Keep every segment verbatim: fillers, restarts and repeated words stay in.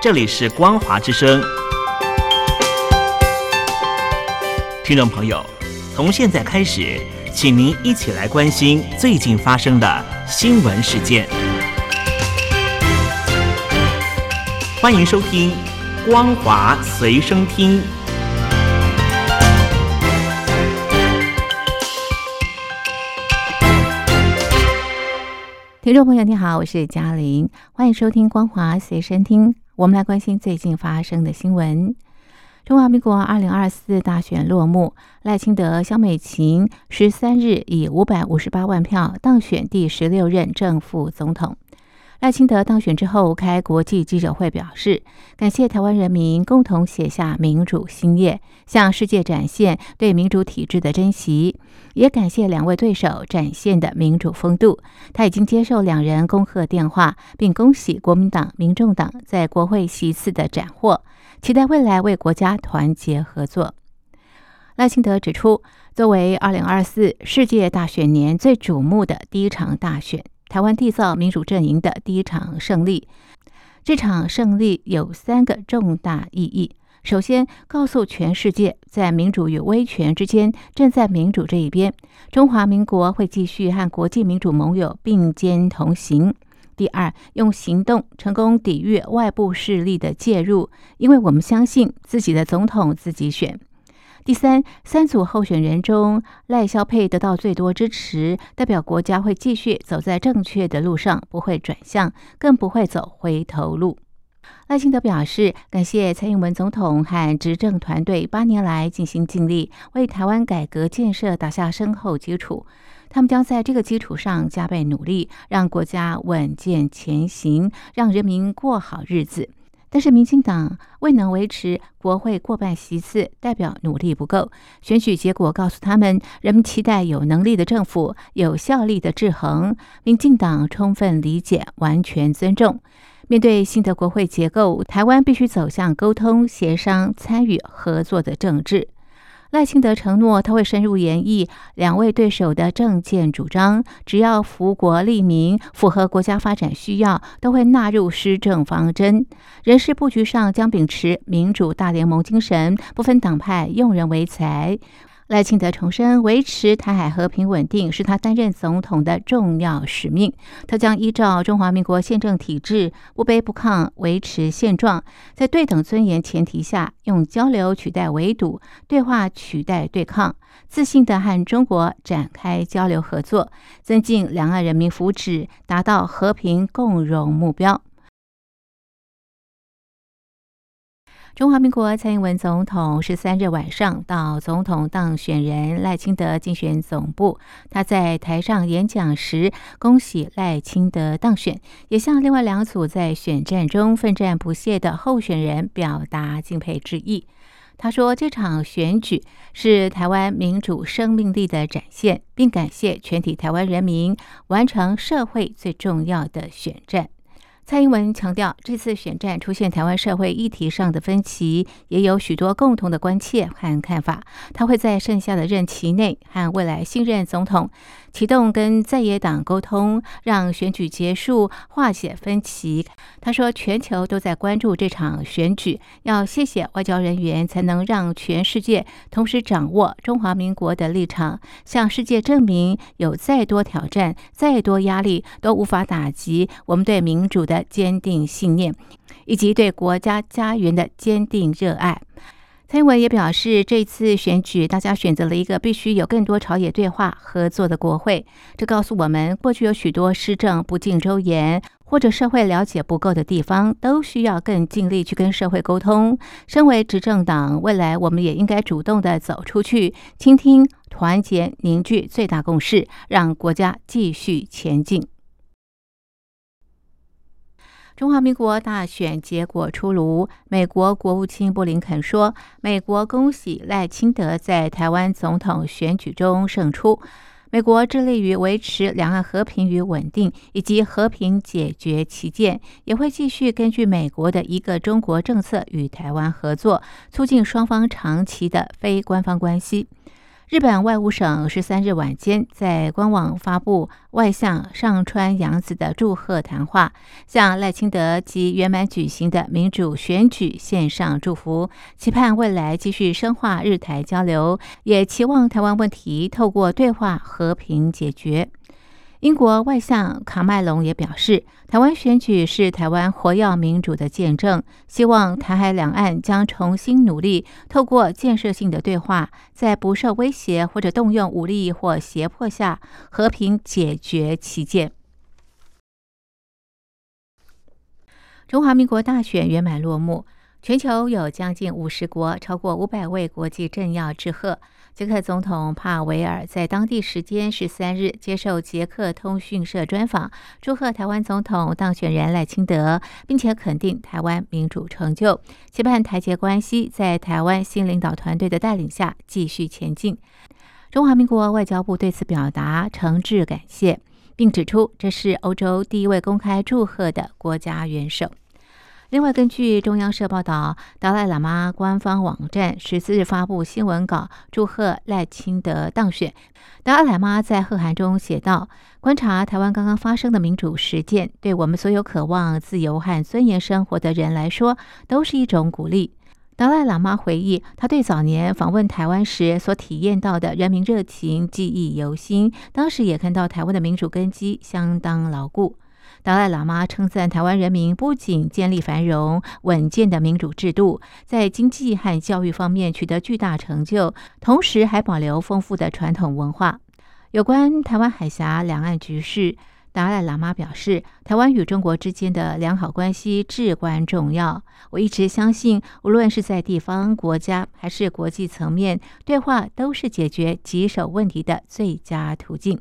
这里是光华之声。听众朋友，从现在开始，请您一起来关心最近发生的新闻事件。欢迎收听光华随声听。 听众朋友你好，我是嘉玲，欢迎收听光华随身听。我们来关心最近发生的新闻。中华民国二零二四大选落幕，赖清德、萧美琴十三日以五百五十八万票当选第十六任正副总统。赖清德当选之后开国际记者会表示，感谢台湾人民共同写下民主新页，向世界展现对民主体制的珍惜，也感谢两位对手展现的民主风度。他已经接受两人恭贺电话，并恭喜国民党、民众党在国会席次的斩获，期待未来为国家团结合作。赖清德指出，作为二零二四世界大选年最瞩目的第一场大选，台湾缔造民主阵营的第一场胜利，这场胜利有三个重大意义。首先，告诉全世界，在民主与威权之间，站在民主这一边，中华民国会继续和国际民主盟友并肩同行。第二，用行动成功抵御外部势力的介入，因为我们相信自己的总统自己选。第三，三组候选人中，赖萧配得到最多支持，代表国家会继续走在正确的路上，不会转向，更不会走回头路。赖清德表示，感谢蔡英文总统和执政团队八年来尽心尽力，为台湾改革建设打下深厚基础。他们将在这个基础上加倍努力，让国家稳健前行，让人民过好日子。但是民进党未能维持国会过半席次，代表努力不够。选举结果告诉他们，人们期待有能力的政府，有效力的制衡。民进党充分理解，完全尊重。面对新的国会结构，台湾必须走向沟通、协商、参与、合作的政治。赖清德承诺，他会深入研议两位对手的政见主张，只要福国利民、符合国家发展需要，都会纳入施政方针。人事布局上将秉持民主大联盟精神，不分党派，用人为才。赖清德重申，维持台海和平稳定是他担任总统的重要使命。他将依照中华民国宪政体制，不卑不亢，维持现状，在对等尊严前提下，用交流取代围堵，对话取代对抗，自信地和中国展开交流合作，增进两岸人民福祉，达到和平共荣目标。中华民国蔡英文总统十三日晚上到总统当选人赖清德竞选总部，他在台上演讲时恭喜赖清德当选，也向另外两组在选战中奋战不懈的候选人表达敬佩之意。他说，这场选举是台湾民主生命力的展现，并感谢全体台湾人民完成社会最重要的选战。蔡英文强调，这次选战出现台湾社会议题上的分歧，也有许多共同的关切和看法。他会在剩下的任期内和未来新任总统启动跟在野党沟通，让选举结束，化解分歧。他说，全球都在关注这场选举，要谢谢外交人员，才能让全世界同时掌握中华民国的立场，向世界证明，有再多挑战、再多压力，都无法打击我们对民主的坚定信念，以及对国家家园的坚定热爱。蔡英文也表示，这次选举大家选择了一个必须有更多朝野对话合作的国会，这告诉我们，过去有许多施政不尽周延或者社会了解不够的地方，都需要更尽力去跟社会沟通。身为执政党，未来我们也应该主动的走出去，倾听、团结、凝聚最大共识，让国家继续前进。中华民国大选结果出炉，美国国务卿布林肯说，美国恭喜赖清德在台湾总统选举中胜出。美国致力于维持两岸和平与稳定，以及和平解决歧见，也会继续根据美国的一个中国政策与台湾合作，促进双方长期的非官方关系。 日本外务省十三日晚间在官网发布外相上川洋子的祝贺谈话，向赖清德及圆满举行的民主选举献上祝福，期盼未来继续深化日台交流，也期望台湾问题透过对话和平解决。英国外相卡麦隆也表示，台湾选举是台湾活跃民主的见证，希望台海两岸将重新努力，透过建设性的对话，在不受威胁或者动用武力或胁迫下，和平解决歧见。中华民国大选圆满落幕，全球有将近五十国、超过五百位国际政要致贺。捷克总统帕维尔在当地时间十三日接受捷克通讯社专访，祝贺台湾总统当选人赖清德，并且肯定台湾民主成就，期盼台捷关系在台湾新领导团队的带领下继续前进。中华民国外交部对此表达诚挚感谢，并指出这是欧洲第一位公开祝贺的国家元首。另外，根据中央社报道，达赖喇嘛官方网站十四日发布新闻稿，祝贺赖清德当选。达赖喇嘛在贺函中写道：“观察台湾刚刚发生的民主实践，对我们所有渴望自由和尊严生活的人来说，都是一种鼓励。”达赖喇嘛回忆，他对早年访问台湾时所体验到的人民热情记忆犹新，当时也看到台湾的民主根基相当牢固。达赖喇嘛称赞台湾人民不仅建立繁荣稳健的民主制度，在经济和教育方面取得巨大成就，同时还保留丰富的传统文化。有关台湾海峡两岸局势，达赖喇嘛表示，台湾与中国之间的良好关系至关重要。我一直相信，无论是在地方、国家还是国际层面，对话都是解决棘手问题的最佳途径。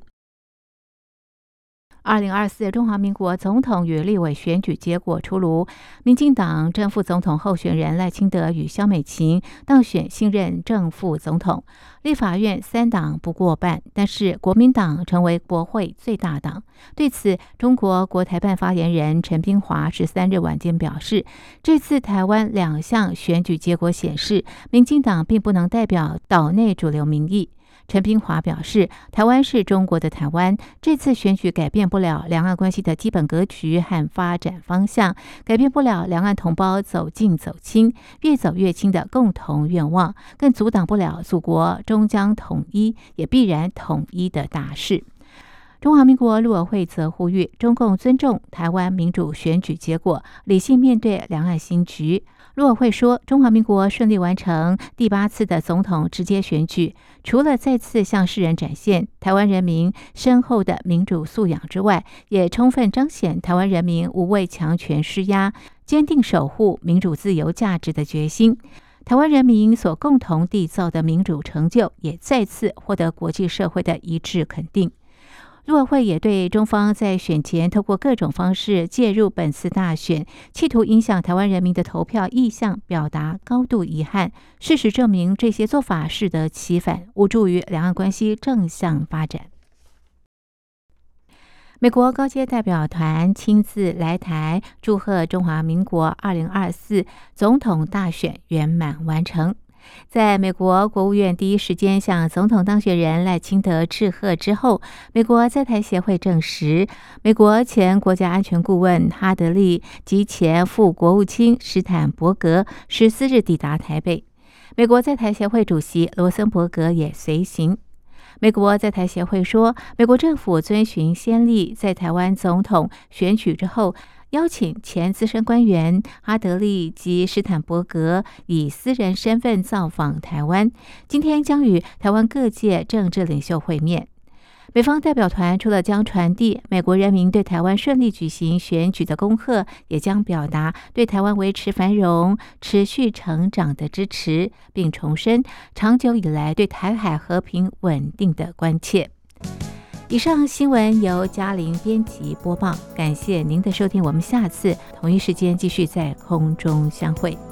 二零二四中华民国总统与立委选举结果出炉，民进党正副总统候选人赖清德与萧美琴当选新任正副总统。立法院三党不过半，但是国民党成为国会最大党。对此，中国国台办发言人陈冰华十三日晚间表示，这次台湾两项选举结果显示，民进党并不能代表岛内主流民意。陈冰华表示，台湾是中国的台湾，这次选举改变不了两岸关系的基本格局和发展方向，改变不了两岸同胞走近走亲、越走越亲的共同愿望，更阻挡不了祖国终将统一，也必然统一的大势。中华民国陆委会则呼吁中共尊重台湾民主选举结果，理性面对两岸新局。陆委会说，中华民国顺利完成第八次的总统直接选举，除了再次向世人展现台湾人民深厚的民主素养之外，也充分彰显台湾人民无畏强权施压、坚定守护民主自由价值的决心。台湾人民所共同缔造的民主成就，也再次获得国际社会的一致肯定。陆委会也对中方在选前透过各种方式介入本次大选，企图影响台湾人民的投票意向表达高度遗憾。事实证明，这些做法适得其反，无助于两岸关系正向发展。美国高阶代表团亲自来台，祝贺中华民国二零二四总统大选圆满完成。在美国国务院第一时间向总统当选人赖清德致贺之后，美国在台协会证实，美国前国家安全顾问哈德利及前副国务卿史坦伯格十四日抵达台北，美国在台协会主席罗森伯格也随行。美国在台协会说，美国政府遵循先例，在台湾总统选举之后，邀请前资深官员哈德利及史坦伯格以私人身份造访台湾，今天将与台湾各界政治领袖会面。美方代表团除了将传递美国人民对台湾顺利举行选举的恭贺，也将表达对台湾维持繁荣、持续成长的支持，并重申长久以来对台海和平稳定的关切。以上新闻由嘉玲编辑播报，感谢您的收听，我们下次同一时间继续在空中相会。